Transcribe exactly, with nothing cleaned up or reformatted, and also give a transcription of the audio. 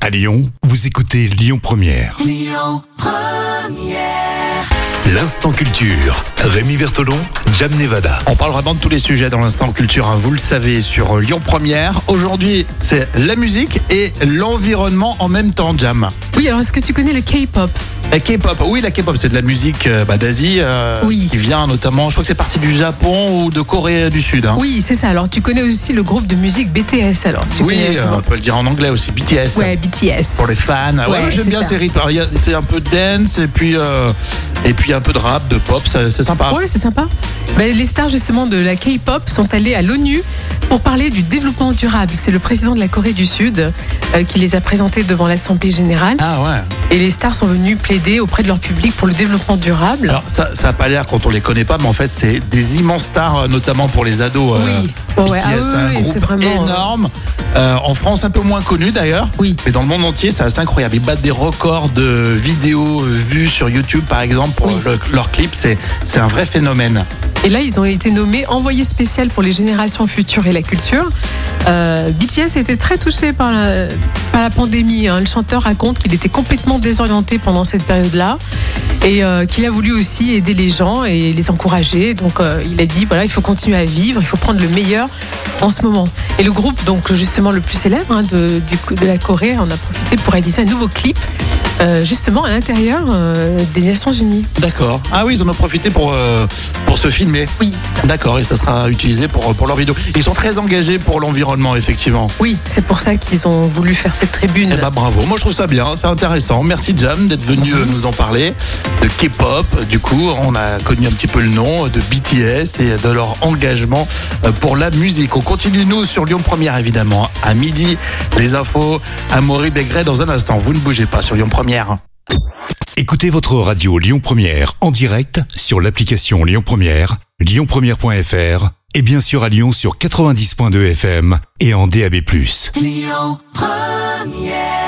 À Lyon, vous écoutez Lyon Première. Lyon Première. L'instant culture. Rémi Bertolon, Jam Nevada. On parle vraiment de tous les sujets dans l'instant culture, hein, vous le savez, sur Lyon Première. Aujourd'hui, c'est la musique et l'environnement en même temps, Jam. Oui, alors est-ce que tu connais le K-pop ? La K-pop, oui, la K-pop, c'est de la musique euh, bah, d'Asie, euh, Oui. qui vient notamment, je crois que c'est parti du Japon ou de Corée du Sud. Hein. Oui, c'est ça. Alors tu connais aussi le groupe de musique B T S alors tu Oui, connais, euh, comment- on peut le dire en anglais aussi, B T S. Ouais, B T S. Pour les fans, ouais, Ouais, ouais, j'aime c'est bien ça. ces rythmes. Alors, il y a- c'est un peu de dance et puis euh, et puis un peu de rap, de pop, c'est, c'est sympa. Ouais, c'est sympa. Ben, les stars justement de la K-pop sont allées à l'ONU pour parler du développement durable. C'est le président de la Corée du Sud euh, qui les a présentés devant l'Assemblée générale. Ah ouais. Et les stars sont venues plaider auprès de leur public pour le développement durable. Alors ça, ça a pas l'air quand on les connaît pas, mais en fait c'est des immenses stars, euh, notamment pour les ados. euh, Oui. Ouais, ouais. B T S, Ah oui, c'est un oui, groupe c'est vraiment, énorme. Euh, en France, un peu moins connu d'ailleurs. Oui. Mais dans le monde entier, c'est assez incroyable. Ils battent des records de vidéos euh, vues sur YouTube, par exemple, pour Oui. le- leurs clips. C'est, c'est un vrai phénomène. Et là, ils ont été nommés envoyés spéciaux pour les générations futures et la culture. Euh, B T S a été très touché par la, par la pandémie. hein. Le chanteur raconte qu'il était complètement désorienté pendant cette période-là et euh, qu'il a voulu aussi aider les gens et les encourager. Donc, euh, il a dit voilà, il faut continuer à vivre, il faut prendre le meilleur en ce moment. Et le groupe, donc justement le plus célèbre hein, de, du- de la Corée, en a profité pour réaliser un nouveau clip. euh, justement à l'intérieur euh, des Nations Unies. D'accord. Ah oui, ils en ont profité pour, euh, pour se filmer. Oui, D'accord, et ça sera utilisé pour, pour leurs vidéos. Ils sont très engagés pour l'environnement, effectivement. oui, c'est pour ça qu'ils ont voulu faire cette tribune. Eh ben, bravo, moi je trouve ça bien, c'est intéressant. Merci Jam d'être venu euh, nous en parler de K-pop. Du coup, on a connu un petit peu le nom de B T S et de leur engagement euh, pour la musique. On continue nous sur Lyon Première évidemment. À midi, les infos, Amaury Maigret dans un instant. Vous ne bougez pas sur Lyon Première. Écoutez votre radio Lyon Première en direct sur l'application Lyon Première, lyon première point f r et bien sûr à Lyon sur quatre-vingt-dix point deux F M et en D A B plus. Lyon Première.